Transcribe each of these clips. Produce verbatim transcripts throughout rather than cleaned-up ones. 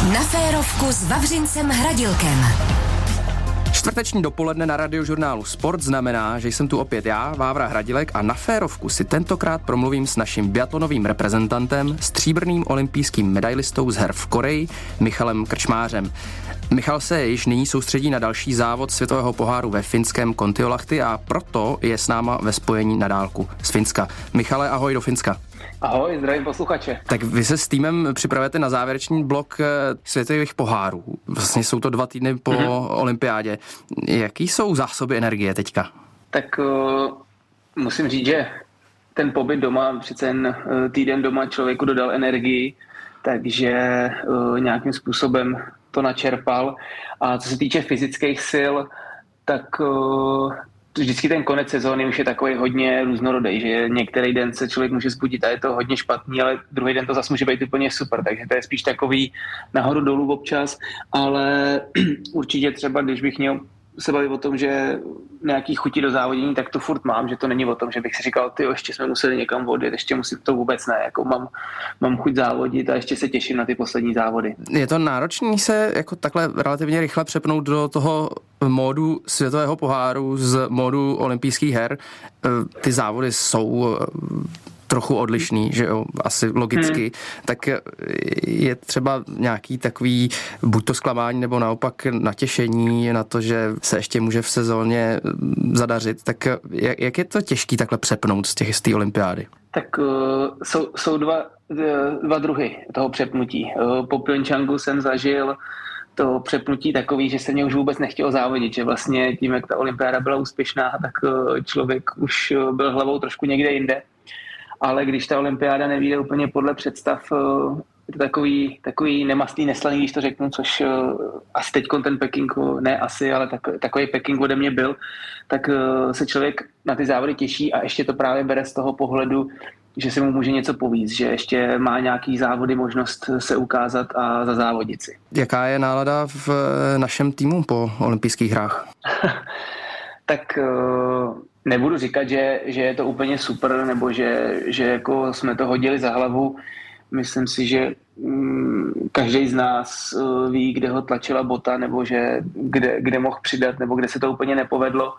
Na férovku s Vavřincem Hradilkem. Čtvrteční dopoledne na Radiožurnálu Sport znamená, že jsem tu opět já, Vávra Hradilek, a na férovku si tentokrát promluvím s naším biatlonovým reprezentantem, stříbrným olympijským medailistou z her v Koreji, Michalem Krčmářem. Michal se již nyní soustředí na další závod světového poháru ve finském Kontiolahti a proto je s náma ve spojení na dálku z Finska. Michale, ahoj do Finska. Ahoj, zdravím posluchače. Tak vy se s týmem připravujete na závěrečný blok světových pohárů. Vlastně jsou to dva týdny po mm-hmm. olympiádě. Jaký jsou zásoby energie teďka? Tak uh, musím říct, že ten pobyt doma, přece jen uh, týden doma člověku dodal energii, takže uh, nějakým způsobem to načerpal. A co se týče fyzických sil, tak uh, vždycky ten konec sezóny už je takový hodně různorodý, že některý den se člověk může zbudit a je to hodně špatný, ale druhý den to zase může být úplně super, takže to je spíš takový nahoru dolů občas, ale určitě třeba, když bych měl se bavit o tom, že nějaký chutí do závodění, tak to furt mám, že to není o tom, že bych si říkal, ty ještě jsme museli někam vodit, ještě musím, to vůbec ne, jako mám, mám chuť závodit a ještě se těším na ty poslední závody. Je to náročný se jako takhle relativně rychle přepnout do toho módu světového poháru z módu olympijských her. Ty závody jsou trochu odlišný, že jo, asi logicky, hmm. tak je třeba nějaký takový buď to zklamání, nebo naopak natěšení na to, že se ještě může v sezóně zadařit, tak jak je to těžký takhle přepnout z těch z té olympiády? Tak uh, jsou, jsou dva, dva druhy toho přepnutí. Uh, po Pyeongchangu jsem zažil to přepnutí takový, že se mě už vůbec nechtělo závodit, že vlastně tím, jak ta olympiáda byla úspěšná, tak uh, člověk už byl hlavou trošku někde jinde. Ale když ta olympiáda nevyjde úplně podle představ, je to takový, takový nemastný, neslaný, když to řeknu, což asi teďkon ten Peking, ne asi, ale tak, takový Peking ode mě byl, tak se člověk na ty závody těší a ještě to právě bere z toho pohledu, že se mu může něco povíct, že ještě má nějaký závody možnost se ukázat a zazávodit si. Jaká je nálada v našem týmu po olympijských hrách? Tak nebudu říkat, že, že je to úplně super, nebo že, že jako jsme to hodili za hlavu. Myslím si, že mm, každý z nás uh, ví, kde ho tlačila bota, nebo že kde, kde mohl přidat, nebo kde se to úplně nepovedlo.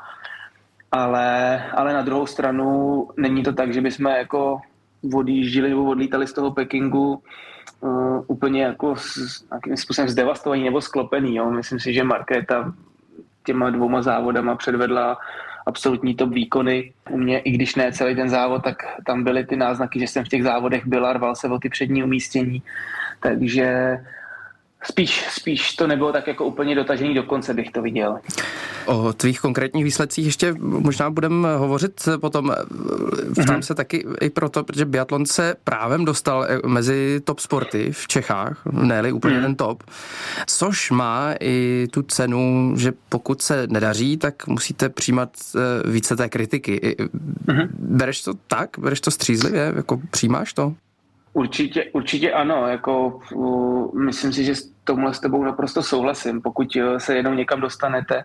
Ale, ale na druhou stranu není to tak, že bychom jako odjíždili nebo odlítali z toho Pekingu uh, úplně jako s, nějakým způsobem zdevastovaný nebo sklopený. Jo. Myslím si, že Markéta těma dvouma závodama předvedla absolutní top výkony. U mě, i když ne celý ten závod, tak tam byly ty náznaky, že jsem v těch závodech byl a rval se o ty přední umístění. Takže spíš, spíš to nebylo tak jako úplně dotažený do konce, bych to viděl. O tvých konkrétních výsledcích ještě možná budeme hovořit potom. Vtám mm-hmm. se taky i proto, protože biatlon se právem dostal mezi top sporty v Čechách, ne-li úplně mm-hmm. ten top, což má i tu cenu, že pokud se nedaří, tak musíte přijímat více té kritiky. Mm-hmm. Bereš to tak? Bereš to střízlivě? Jako přijímáš to? Určitě, určitě ano, jako uh, myslím si, že s tomhle s tebou naprosto souhlasím, pokud se jenom někam dostanete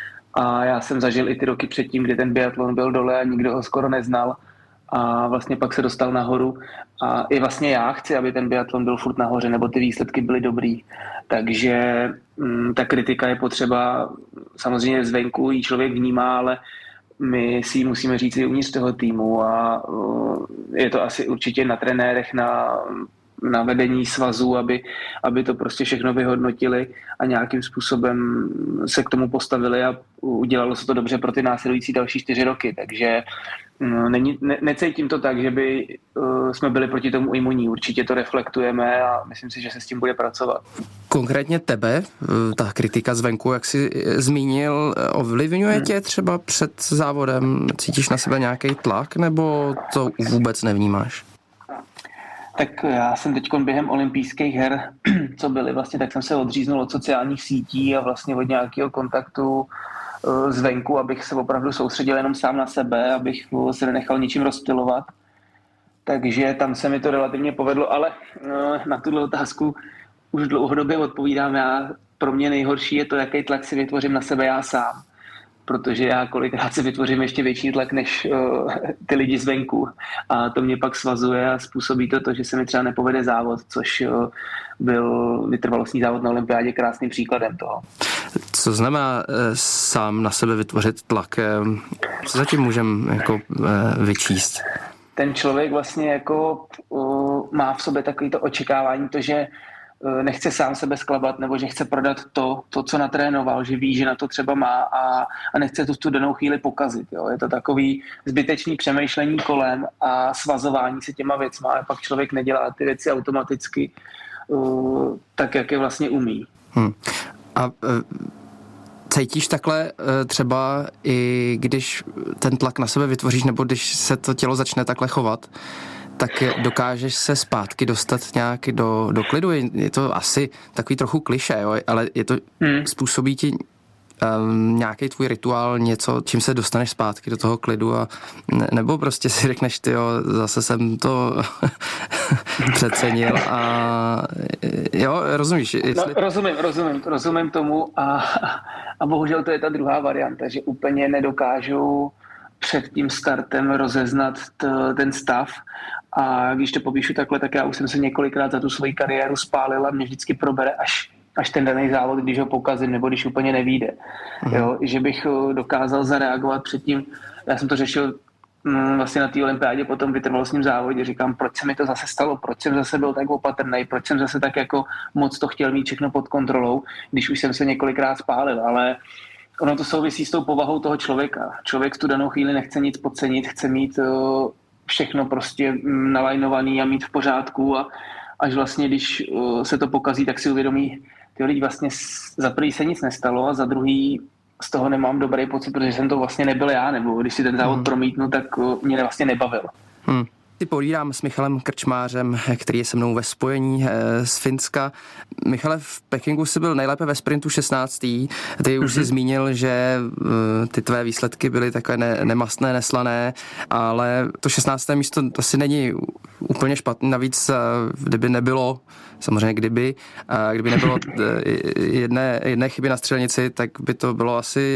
a já jsem zažil i ty roky předtím, kdy ten biatlon byl dole a nikdo ho skoro neznal a vlastně pak se dostal nahoru a i vlastně já chci, aby ten biatlon byl furt nahoře, nebo ty výsledky byly dobrý, takže um, ta kritika je potřeba, samozřejmě zvenku ji člověk vnímá, ale my si ji musíme říct i uvnitř toho týmu a je to asi určitě na trenérech, na, na vedení svazů, aby, aby to prostě všechno vyhodnotili a nějakým způsobem se k tomu postavili a udělalo se to dobře pro ty následující další čtyři roky. Takže není, ne, necítím to tak, že by uh, jsme byli proti tomu imunní. Určitě to reflektujeme a myslím si, že se s tím bude pracovat. Konkrétně tebe, ta kritika zvenku, jak jsi zmínil, ovlivňuje hmm. tě třeba před závodem? Cítíš na sebe nějaký tlak nebo to vůbec nevnímáš? Tak já jsem teď během olympijských her, co byly vlastně, tak jsem se odříznul od sociálních sítí a vlastně od nějakého kontaktu zvenku, abych se opravdu soustředil jenom sám na sebe, abych se nenechal ničím rozptylovat. Takže tam se mi to relativně povedlo, ale na tuhle otázku už dlouhodobě odpovídám já. Pro mě nejhorší je to, jaký tlak si vytvořím na sebe já sám. protože já kolikrát si vytvořím ještě větší tlak než uh, ty lidi zvenku a to mě pak svazuje a způsobí to to, že se mi třeba nepovede závod, což uh, byl vytrvalostní závod na olympiádě krásným příkladem toho. Co znamená uh, sám na sebe vytvořit tlak? Uh, co zatím můžeme jako, uh, vyčíst? Ten člověk vlastně jako uh, má v sobě takovýto očekávání, to, že nechce sám sebe sklabat, nebo že chce prodat to, to, co natrénoval, že ví, že na to třeba má a, a nechce to v tu danou chvíli pokazit. Jo. Je to takový zbytečný přemýšlení kolem a svazování se těma věcma, ale pak člověk nedělá ty věci automaticky uh, tak, jak je vlastně umí. Hmm. A uh, cítíš takhle uh, třeba i když ten tlak na sebe vytvoříš, nebo když se to tělo začne takhle chovat, tak dokážeš se zpátky dostat nějak do, do klidu. Je to asi takový trochu klišé, jo? Ale je to, hmm. způsobí ti um, nějaký tvůj rituál, něco, čím se dostaneš zpátky do toho klidu a ne, nebo prostě si řekneš, ty jo, zase jsem to přecenil a jo, rozumíš? Jestli... No, rozumím, rozumím, rozumím tomu a, a bohužel to je ta druhá varianta, že úplně nedokážou před tím startem rozeznat t, ten stav. A když to popíšu takhle, tak já už jsem se několikrát za tu svoji kariéru spálil a mě vždycky probere až, až ten daný závod, když ho pokazím nebo když úplně nevyjde. Mm. Jo, že bych dokázal zareagovat předtím. Já jsem to řešil mm, vlastně na té olympiádě po tom vytrvalostním závodě. Říkám, proč se mi to zase stalo, proč jsem zase byl tak opatrný, proč jsem zase tak jako moc to chtěl mít všechno pod kontrolou, když už jsem se několikrát spálil, ale ono to souvisí s tou povahou toho člověka. Člověk v tu danou chvíli nechce nic podcenit, chce mít uh, všechno prostě nalajnovaný a mít v pořádku a až vlastně, když uh, se to pokazí, tak si uvědomí, ty lidi vlastně za prvý se nic nestalo a za druhý z toho nemám dobrý pocit, protože jsem to vlastně nebyl já, nebo když si ten závod hmm. promítnu, tak uh, mě vlastně nebavil. Hmm. Si povídám s Michalem Krčmářem, který je se mnou ve spojení z Finska. Michale, v Pekingu jsi byl nejlépe ve sprintu šestnáctý. Ty už mm-hmm. jsi zmínil, že ty tvé výsledky byly takové ne- nemastné, neslané, ale to šestnácté místo asi není úplně špatný. Navíc, kdyby nebylo, samozřejmě kdyby, kdyby nebylo jedné, jedné chyby na střelnici, tak by to bylo asi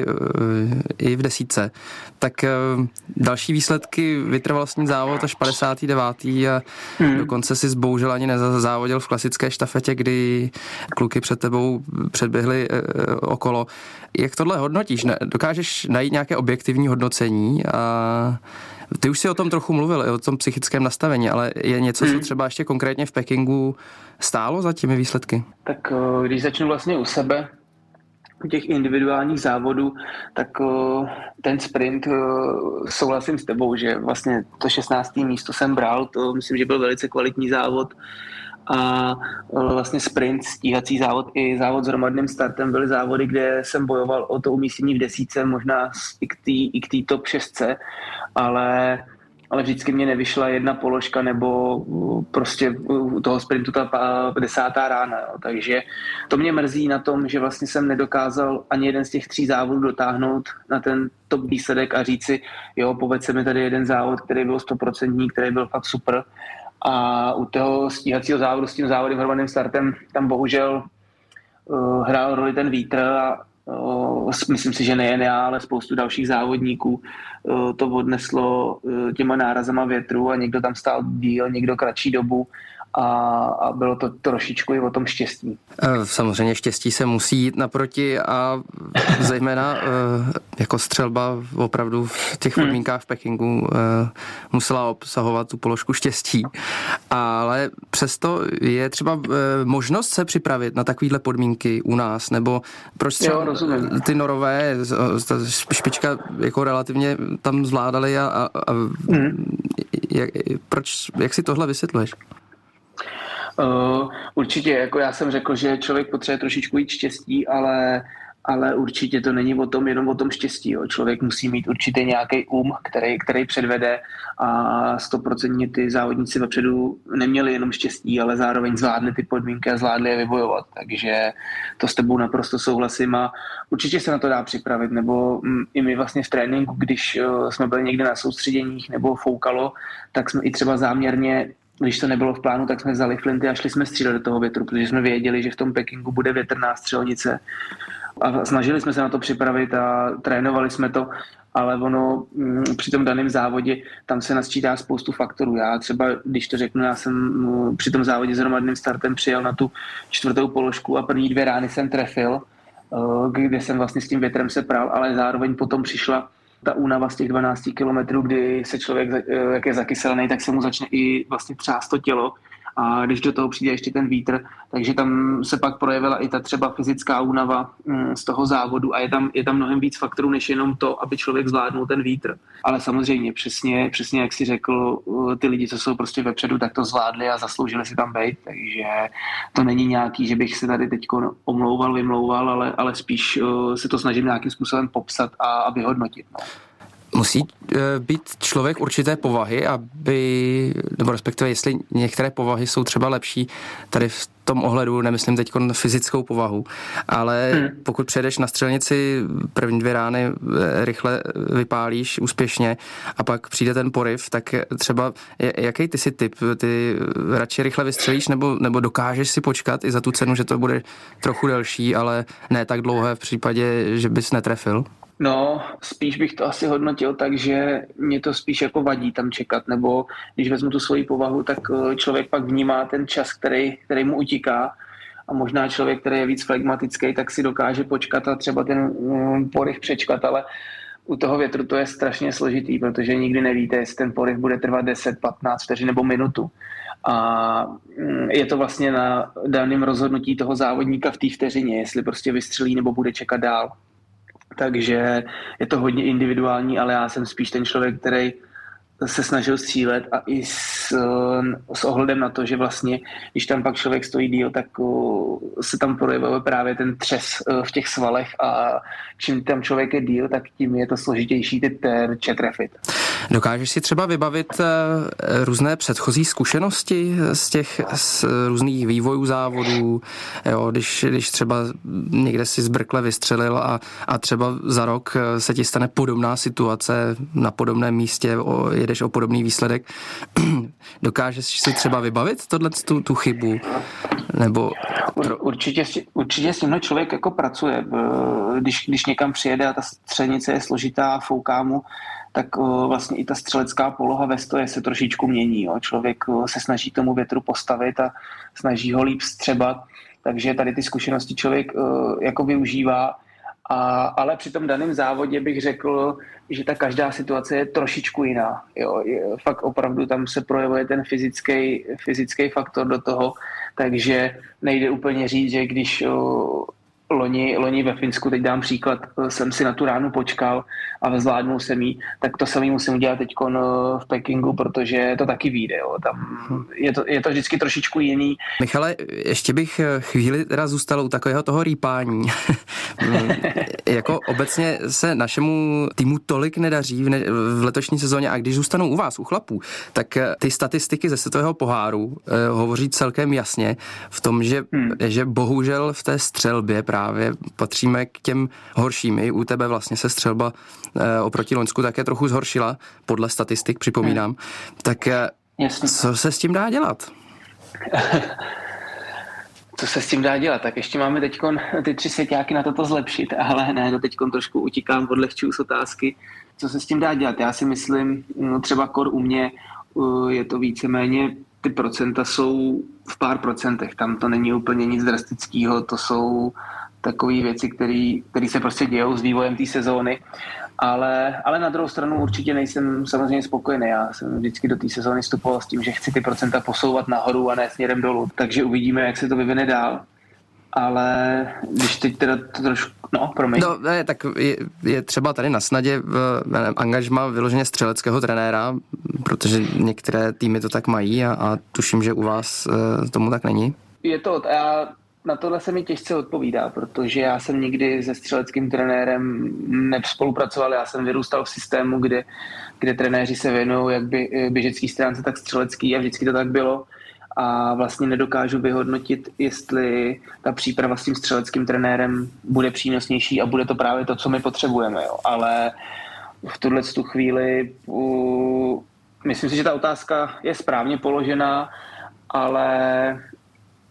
i v desítce. Tak další výsledky, vytrvalostní závod až padesátý devátý a hmm. dokonce si zbohužel ani nezávodil v klasické štafetě, kdy kluky před tebou předběhli e, okolo. Jak tohle hodnotíš? Dokážeš najít nějaké objektivní hodnocení? A ty už si o tom trochu mluvil, o tom psychickém nastavení, ale je něco, hmm. co třeba ještě konkrétně v Pekingu stálo za těmi výsledky? Tak když začnu vlastně u sebe, u těch individuálních závodů, tak ten sprint, souhlasím s tebou, že vlastně to šestnácté místo jsem bral, to myslím, že byl velice kvalitní závod a vlastně sprint, stíhací závod i závod s hromadným startem byly závody, kde jsem bojoval o to umístění v desítce, možná i k té top šestce, ale ale vždycky mě nevyšla jedna položka nebo prostě u toho sprintu ta desátá rána. Jo. Takže to mě mrzí na tom, že vlastně jsem nedokázal ani jeden z těch tří závodů dotáhnout na ten top výsledek a říci, jo, povedl se mi tady jeden závod, který byl stoprocentní, který byl fakt super. A u toho stíhacího závodu s tím závodem hromadným startem tam bohužel uh, hrál roli ten vítr a uh, myslím si, že nejen já, ale spoustu dalších závodníků uh, to odneslo uh, těma nárazama větru a někdo tam stál díl, někdo kratší dobu a, a bylo to trošičku i o tom štěstí. Samozřejmě štěstí se musí jít naproti a zejména jako střelba opravdu v těch podmínkách v Pekingu musela obsahovat tu položku štěstí. Ale přesto je třeba možnost se připravit na takovýhle podmínky u nás, nebo proč třeba jo, ty Norové, ta špička jako relativně tam zvládali a, a, a mm. jak, proč, jak si tohle vysvětluješ? Uh, určitě, jako já jsem řekl, že člověk potřebuje trošičku jít štěstí, ale, ale určitě to není o tom, jenom o tom štěstí. Jo. Člověk musí mít určitě nějaký um, který, který předvede a stoprocentně ty závodníci vepředu neměli jenom štěstí, ale zároveň zvládli ty podmínky a zvládli je vybojovat. Takže to s tebou naprosto souhlasím a určitě se na to dá připravit. Nebo mm, i my vlastně v tréninku, když uh, jsme byli někde na soustředěních nebo foukalo, tak jsme i třeba záměrně, když to nebylo v plánu, tak jsme vzali flinty a šli jsme střílet do toho větru, protože jsme věděli, že v tom Pekingu bude větrná střelnice A snažili jsme se na to připravit a trénovali jsme to, ale ono m, při tom daném závodě tam se nasčítá spoustu faktorů. Já třeba, když to řeknu, já jsem m, při tom závodě s hromadným startem přijel na tu čtvrtou položku a první dvě rány jsem trefil, kde jsem vlastně s tím větrem se pral, ale zároveň potom přišla ta únava z těch dvanáct kilometrů, kdy se člověk, jak je zakyselný, tak se mu začne i vlastně třást to tělo. A když do toho přijde ještě ten vítr, takže tam se pak projevila i ta třeba fyzická únava z toho závodu a je tam, je tam mnohem víc faktorů, než jenom to, aby člověk zvládnul ten vítr. Ale samozřejmě, přesně, přesně jak si řekl, ty lidi, co jsou prostě vepředu, tak to zvládli a zasloužili si tam být, takže to není nějaký, že bych se tady teď omlouval, vymlouval, ale, ale spíš se to snažím nějakým způsobem popsat a, a vyhodnotit. No. Musí být člověk určité povahy, aby, nebo respektive jestli některé povahy jsou třeba lepší, tady v tom ohledu nemyslím teď fyzickou povahu, ale hmm. pokud přejdeš na střelnici, první dvě rány rychle vypálíš úspěšně a pak přijde ten poryv, tak třeba jaký ty si typ? Ty radši rychle vystřelíš nebo, nebo dokážeš si počkat i za tu cenu, že to bude trochu delší, ale ne tak dlouhé v případě, že bys netrefil? No, spíš bych to asi hodnotil tak, že mě to spíš jako vadí tam čekat, nebo když vezmu tu svoji povahu, tak člověk pak vnímá ten čas, který, který mu utíká a možná člověk, který je víc flegmatický, tak si dokáže počkat a třeba ten um, poryv přečkat, ale u toho větru to je strašně složitý, protože nikdy nevíte, jestli ten poryv bude trvat deset, patnáct vteřin nebo minutu. A je to vlastně na daném rozhodnutí toho závodníka v té vteřině, jestli prostě vystřelí nebo bude čekat dál. Takže je to hodně individuální, ale já jsem spíš ten člověk, který se snažil střílet a i s, s ohledem na to, že vlastně, když tam pak člověk stojí díl, tak uh, se tam projevuje právě ten třes uh, v těch svalech a čím tam člověk je díl, tak tím je to složitější ty terče trefit. Dokážeš si třeba vybavit uh, různé předchozí zkušenosti z těch z různých vývojů závodů, jo, když, když třeba někde si zbrkle vystřelil a, a třeba za rok se ti stane podobná situace na podobném místě, o, jedeš o podobný výsledek. Dokážeš si třeba vybavit tohle, tu, tu chybu? Nebo... Určitě, určitě s tímhle člověk jako pracuje. Když, když někam přijede a ta střelnice je složitá, fouká mu, tak o, vlastně i ta střelecká poloha ve stoje se trošičku mění. Jo. Člověk o, se snaží tomu větru postavit a snaží ho líp střebat, takže tady ty zkušenosti člověk o, jako využívá. A, ale při tom daném závodě bych řekl, že ta každá situace je trošičku jiná. Jo. Je, fakt opravdu tam se projevuje ten fyzický, fyzický faktor do toho, takže nejde úplně říct, že když o, Loni, loni ve Finsku, teď dám příklad, jsem si na tu ránu počkal a zvládnul jsem jí, tak to samý musím udělat teď v Pekingu, protože to taky vyjde. Jo. Tam je, to, je to vždycky trošičku jiný. Michale, ještě bych chvíli teda zůstal u takového toho rýpání. Jako obecně se našemu týmu tolik nedaří v, ne, v letošní sezóně a když zůstanou u vás, u chlapů, tak ty statistiky ze světového poháru eh, hovoří celkem jasně v tom, že, hmm. že bohužel v té střelbě právě patříme k těm horším. I u tebe vlastně se střelba e, oproti loňsku také trochu zhoršila, podle statistik, připomínám. Hmm. Tak e, co se s tím dá dělat? Co se s tím dá dělat? Tak ještě máme teďkon ty tři svěťáky na toto zlepšit, ale ne, to teďkon trošku utíkám, odlehčuju z otázky. Co se s tím dá dělat? Já si myslím, no třeba kor u mě je to víceméně, ty procenta jsou v pár procentech, tam to není úplně nic drastického, to jsou takové věci, které se prostě dějou s vývojem té sezóny, ale, ale na druhou stranu určitě nejsem samozřejmě spokojený. Já jsem vždycky do té sezóny vstupoval s tím, že chci ty procenta posouvat nahoru a ne směrem dolů, takže uvidíme, jak se to vyvine dál. Ale když teď teda to trošku, no, promiň. No, ne, tak je, je třeba tady na snadě v, angažma vyloženě střeleckého trenéra, protože některé týmy to tak mají a, a tuším, že u vás e, tomu tak není. Je to, já na tohle se mi těžce odpovídá, protože já jsem nikdy se střeleckým trenérem nespolupracoval, já jsem vyrůstal v systému, kde, kde trenéři se věnují jak by, běžecký stránce, tak střelecký a vždycky to tak bylo. A vlastně nedokážu vyhodnotit, jestli ta příprava s tím střeleckým trenérem bude přínosnější a bude to právě to, co my potřebujeme. Jo. Ale v tuhle tu chvíli uh, myslím si, že ta otázka je správně položená, ale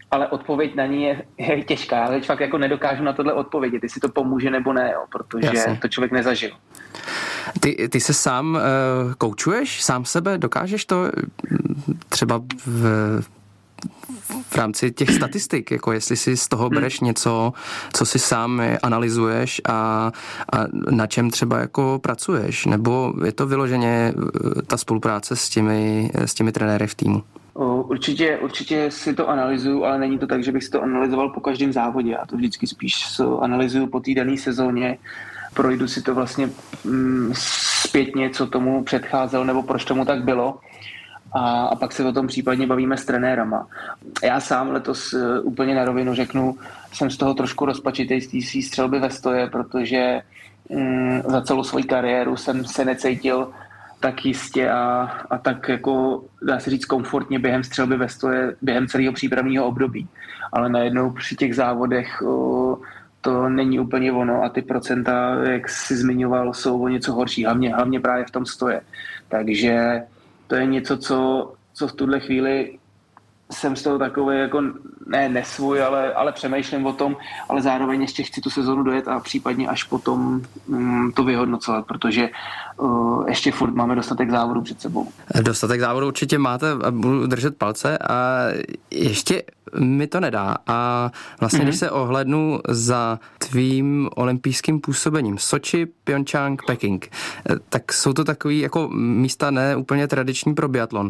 ale odpověď na ní je, je těžká. Já teď fakt jako nedokážu na tohle odpovědět, jestli to pomůže nebo ne, jo, protože Jasně. to člověk nezažil. Ty, ty se sám uh, koučuješ, sám sebe, dokážeš to třeba v, v rámci těch statistik, jako jestli si z toho bereš hmm. něco, co si sám analyzuješ a, a na čem třeba jako pracuješ, nebo je to vyloženě ta spolupráce s těmi, s těmi trenéry v týmu? Určitě, určitě si to analyzuju, ale není to tak, že bych si to analyzoval po každém závodě. Já to vždycky spíš analyzuju po té dané sezóně, projdu si to vlastně mm, zpětně, co tomu předcházelo nebo proč tomu tak bylo. A, a pak se o tom případně bavíme s trenérama. Já sám letos uh, úplně na rovinu řeknu, jsem z toho trošku rozpačitej z té střelby ve stoje, protože um, za celou svou kariéru jsem se necítil tak jistě a, a tak jako, dá se říct, komfortně během střelby ve stoje, během celého přípravného období. Ale najednou při těch závodech uh, to není úplně ono a ty procenta, jak jsi zmiňoval, jsou o něco horší, hlavně, hlavně právě v tom stoje. Takže to je něco, co, co v tuhle chvíli jsem z toho takový jako ne nesvůj, ale, ale přemýšlím o tom, ale zároveň ještě chci tu sezonu dojet a případně až potom um, to vyhodnocovat, protože uh, ještě furt máme dostatek závodů před sebou. Dostatek závodů určitě máte a budu držet palce a ještě mi to nedá a vlastně, mm-hmm. když se ohlednu za tvým olympijským působením Soči, Pyeongchang, Peking, tak jsou to takový jako místa ne úplně tradiční pro biatlon.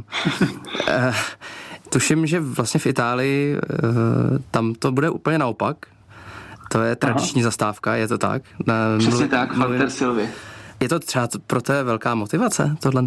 Tuším, že vlastně v Itálii tam to bude úplně naopak. To je tradiční Aha. zastávka, je to tak? Přesně mluv, tak, Faktor Silvy. Je to třeba pro té velká motivace, tohle?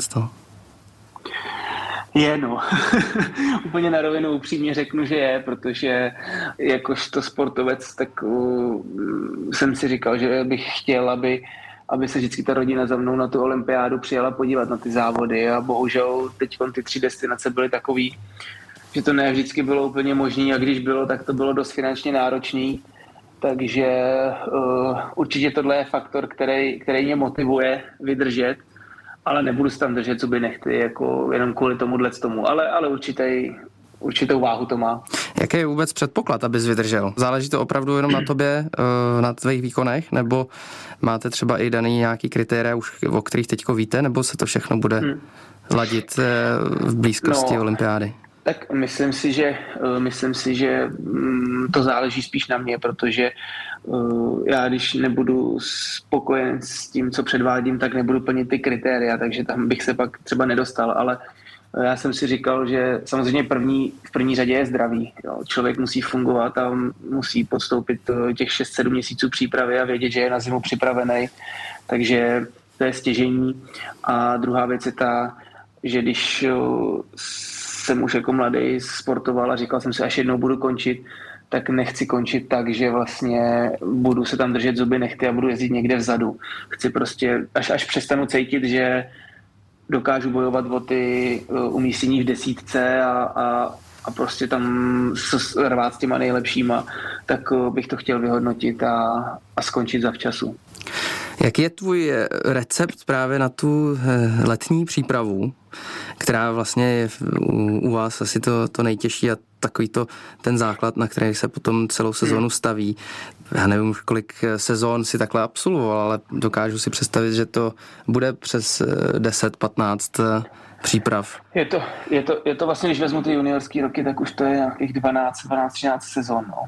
Je, no. Úplně na rovinu upřímně řeknu, že je, protože jakožto sportovec, tak uh, jsem si říkal, že bych chtěl, aby, aby se vždycky ta rodina za mnou na tu olympiádu přijela podívat na ty závody a bohužel teď ty tři destinace byly takový, že to ne vždycky bylo úplně možné a když bylo, tak to bylo dost finančně náročný. Takže uh, určitě tohle je faktor, který, který mě motivuje vydržet, ale nebudu se tam držet zuby nechty, jako jenom kvůli tomuhle tomu, ale, ale určitý, určitou váhu to má. Jaký je vůbec předpoklad, abys vydržel? Záleží to opravdu jenom na tobě, na tvých výkonech, nebo máte třeba i daný nějaký kritéria, už o kterých teďko víte, nebo se to všechno bude hmm. ladit v blízkosti no. olympiády? Tak myslím si, že, myslím si, že to záleží spíš na mě, protože já když nebudu spokojen s tím, co předvádím, tak nebudu plnit ty kritéria, takže tam bych se pak třeba nedostal, ale já jsem si říkal, že samozřejmě první, v první řadě je zdraví. Jo. Člověk musí fungovat a musí podstoupit těch šest sedm měsíců přípravy a vědět, že je na zimu připravený, takže to je stěžení. A druhá věc je ta, že když jsem už jako mladý sportoval a říkal jsem si, až jednou budu končit, tak nechci končit tak, že vlastně budu se tam držet zuby nechty a budu jezdit někde vzadu. Chci prostě, až, až přestanu cítit, že dokážu bojovat o ty umístění v desítce a, a, a prostě tam rvát s těma nejlepšíma, tak bych to chtěl vyhodnotit a, a skončit zavčasu. Jaký je tvůj recept právě na tu letní přípravu, která vlastně je u vás asi to, to nejtěžší a takový to ten základ, na který se potom celou sezónu staví. Já nevím, kolik sezón si takhle absolvoval, ale dokážu si představit, že to bude přes deset patnáct příprav. Je to, je to, je to vlastně, když vezmu ty juniorský roky, tak už to je nějakých dvanáct třináct sezón. No.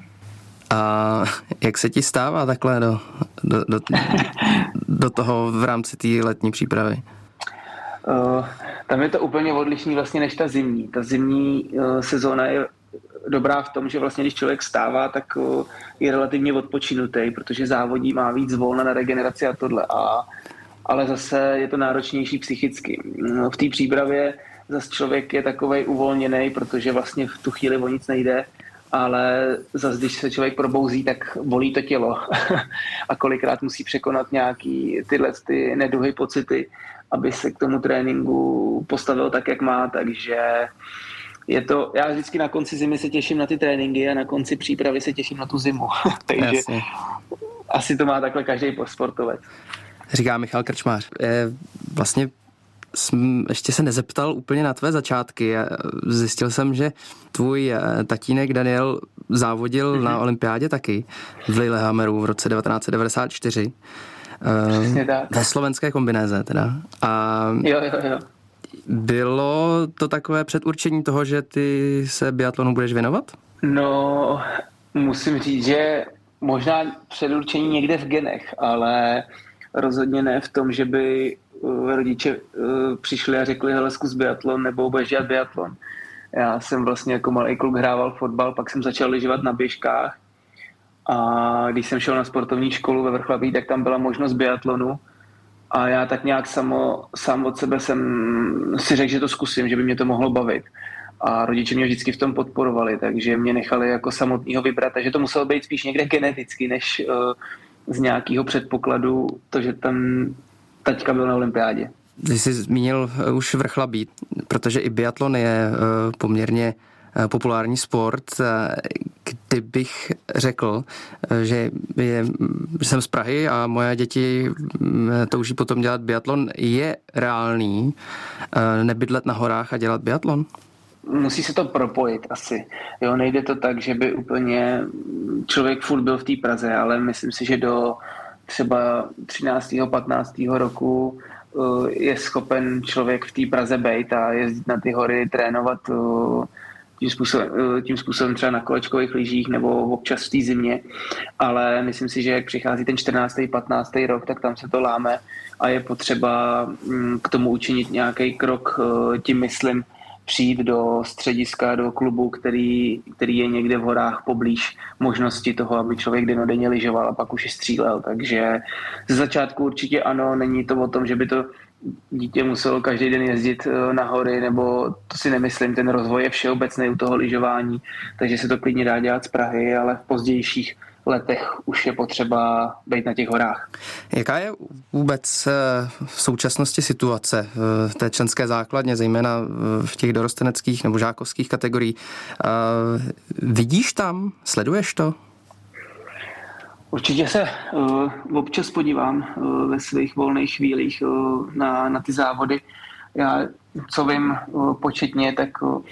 A jak se ti stává takhle do, do, do, do toho v rámci té letní přípravy? Uh, tam je to úplně odlišný vlastně než ta zimní. Ta zimní uh, sezóna je dobrá v tom, že vlastně když člověk stává, tak uh, je relativně odpočinutý, protože závodí, má víc volna na regeneraci a tohle. A, ale zase je to náročnější psychicky. V té přípravě zase člověk je takovej uvolněný, protože vlastně v tu chvíli o nic nejde, ale zase, když se člověk probouzí, tak bolí to tělo a kolikrát musí překonat nějaký tyhle ty neduhy pocity, aby se k tomu tréninku postavil tak, jak má, takže je to, já vždycky na konci zimy se těším na ty tréninky a na konci přípravy se těším na tu zimu, takže Jasně. asi to má takhle každý sportovec. Říká Michal Krčmář. Je vlastně jsem ještě se nezeptal úplně na tvé začátky. Zjistil jsem, že tvůj tatínek Daniel závodil mm-hmm. na olympiádě taky v Lillehammeru v roce devatenáct set devadesát čtyři. Přesně tak. Ve slovenské kombinéze teda. A jo, jo, jo. Bylo to takové předurčení toho, že ty se biatlonu budeš věnovat? No, musím říct, že možná předurčení někde v genech, ale rozhodně ne v tom, že by rodiče přišli a řekli, hele, zkus biatlon nebo budeš dělat biatlon. Já jsem vlastně jako malý kluk hrával fotbal, pak jsem začal lyžovat na běžkách a když jsem šel na sportovní školu ve Vrchlabí, tak tam byla možnost biatlonu a já tak nějak samo, sám od sebe jsem si řekl, že to zkusím, že by mě to mohlo bavit. A rodiče mě vždycky v tom podporovali, takže mě nechali jako samotného vybrat, takže to muselo být spíš někde geneticky, než uh, z nějakého předpokladu, to, že ten taťka byl na olympiádě. Ty jsi zmínil už Vrchlabí, protože i biatlon je uh, poměrně uh, populární sport. Kdybych řekl, že, je, že jsem z Prahy a moje děti touží potom dělat biatlon, je reálný uh, nebydlet na horách a dělat biatlon? Musí se to propojit asi. Jo, nejde to tak, že by úplně člověk furt byl v té Praze, ale myslím si, že do třeba třináctého patnáctého roku uh, je schopen člověk v té Praze bejt a jezdit na ty hory, trénovat uh, tím způsobem, uh, tím způsobem třeba na kolečkových lyžích nebo občas v té zimě. Ale myslím si, že jak přichází ten čtrnáctý patnáctý rok, tak tam se to láme a je potřeba um, k tomu učinit nějaký krok, uh, tím myslím, přijít do střediska, do klubu, který, který je někde v horách poblíž možnosti toho, aby člověk dennodenně lyžoval a pak už i střílel. Takže ze začátku určitě ano, není to o tom, že by to dítě muselo každý den jezdit na hory, nebo to si nemyslím, ten rozvoj je všeobecný u toho lyžování, takže se to klidně dá dělat z Prahy, ale v pozdějších letech už je potřeba být na těch horách. Jaká je vůbec v současnosti situace v té členské základně, zejména v těch dorosteneckých nebo žákovských kategoriích? Vidíš tam? Sleduješ to? Určitě se uh, občas podívám uh, ve svých volných chvílích uh, na, na ty závody. Já, co vím uh, početně, tak uh,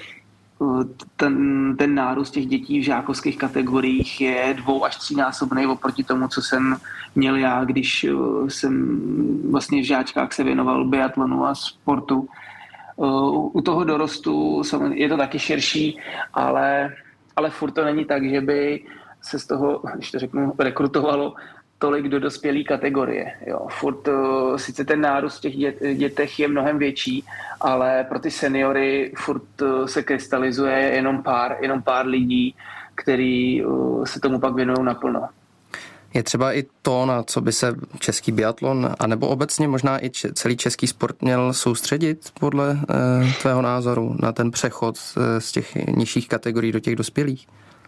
ten, ten nárůst těch dětí v žákovských kategoriích je dvou až třínásobný oproti tomu, co jsem měl já, když jsem vlastně v žáčkách se věnoval biatlonu a sportu. U toho dorostu je to taky širší, ale, ale furt to není tak, že by se z toho, když to řeknu, rekrutovalo tolik do dospělé kategorie. Jo. Furt uh, sice ten nárůst v těch dět, dětech je mnohem větší, ale pro ty seniory furt uh, se krystalizuje jenom pár, jenom pár lidí, který uh, se tomu pak věnují naplno. Je třeba i to, na co by se český biatlon, anebo obecně možná i celý český sport měl soustředit podle uh, tvého názoru na ten přechod uh, z těch nižších kategorií do těch dospělých?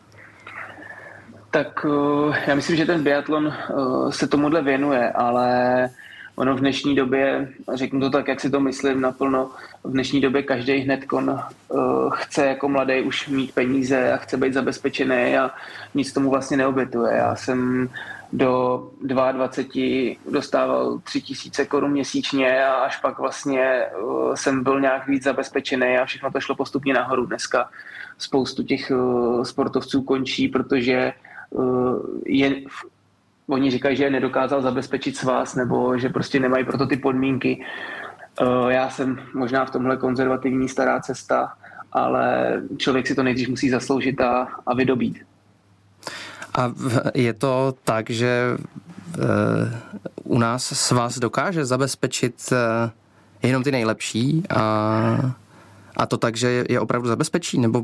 Tak já myslím, že ten biatlon se tomuhle věnuje, ale ono v dnešní době, řeknu to tak, jak si to myslím naplno, v dnešní době každý hnedkon chce jako mladý už mít peníze a chce být zabezpečený a nic tomu vlastně neobětuje. Já jsem do dvaceti dvou dostával tři tisíce korun měsíčně a až pak vlastně jsem byl nějak víc zabezpečený a všechno to šlo postupně nahoru. Dneska spoustu těch sportovců končí, protože je, oni říkají, že je nedokázal zabezpečit svaz nebo že prostě nemají proto ty podmínky. Já jsem možná v tomhle konzervativní stará cesta, ale člověk si to nejdřív musí zasloužit a, a vydobít. A je to tak, že u nás svaz dokáže zabezpečit jenom ty nejlepší a, a to tak, že je opravdu zabezpečí? Nebo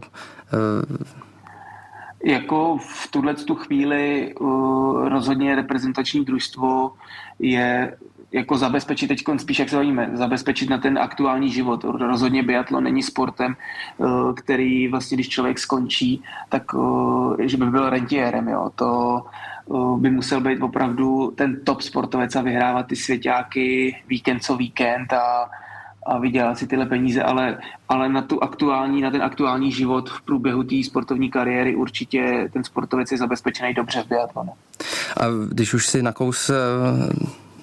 jako v tuhle tu chvíli uh, rozhodně reprezentační družstvo je jako zabezpečit teď spíš, jak se bavíme, zabezpečit na ten aktuální život. Rozhodně biatlon není sportem, uh, který vlastně, když člověk skončí, tak uh, že by byl rentiérem. Jo. To uh, by musel být opravdu ten top sportovec a vyhrávat ty svěťáky víkend co víkend a a vydělat si tyhle peníze, ale, ale na, tu aktuální, na ten aktuální život v průběhu té sportovní kariéry určitě ten sportovec je zabezpečený dobře v biatlonu. A když už si nakous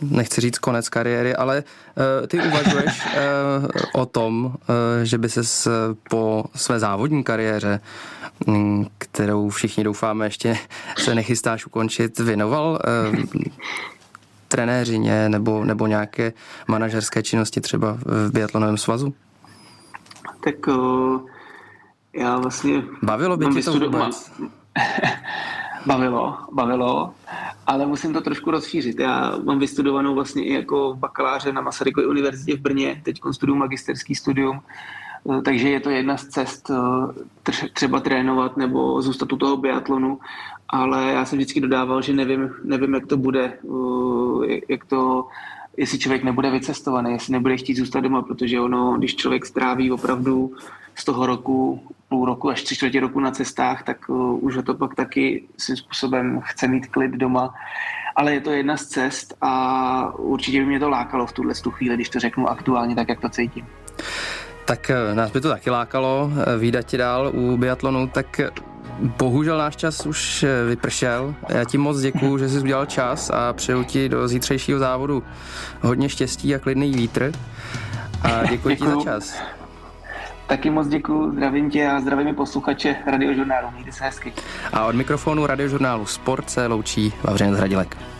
nechci říct konec kariéry, ale uh, ty uvažuješ uh, o tom, uh, že by ses po své závodní kariéře, um, kterou všichni doufáme ještě se nechystáš ukončit, věnoval uh, trenéřině nebo, nebo nějaké manažerské činnosti třeba v biatlonovém svazu? Tak uh, já vlastně... Bavilo by tě to vůbec? Bavilo, bavilo, ale musím to trošku rozšířit. Já mám vystudovanou vlastně i jako bakaláře na Masarykově univerzitě v Brně, teď studuju magisterský studium, takže je to jedna z cest třeba trénovat nebo zůstat u toho biatlonu, ale já jsem vždycky dodával, že nevím, nevím jak to bude, jak to, jestli člověk nebude vycestovaný, jestli nebude chtít zůstat doma, protože ono, když člověk stráví opravdu z toho roku, půl roku až tři čtvrtě roku na cestách, tak uh, už to pak taky svým způsobem chce mít klid doma. Ale je to jedna z cest a určitě by mě to lákalo v tuhle chvíli, když to řeknu aktuálně tak, jak to cítím. Tak nás by to taky lákalo vídat tě dál u biatlonu, tak bohužel náš čas už vypršel. Já ti moc děkuju, že jsi udělal čas a přeju ti do zítřejšího závodu hodně štěstí a klidný vítr. A děkuji ti za čas. Taky moc děkuju, zdravím tě a zdravím i posluchače Radiožurnálu. Mějte se hezky. A od mikrofonu Radiožurnálu Sport se loučí Vavřinec Hradilek.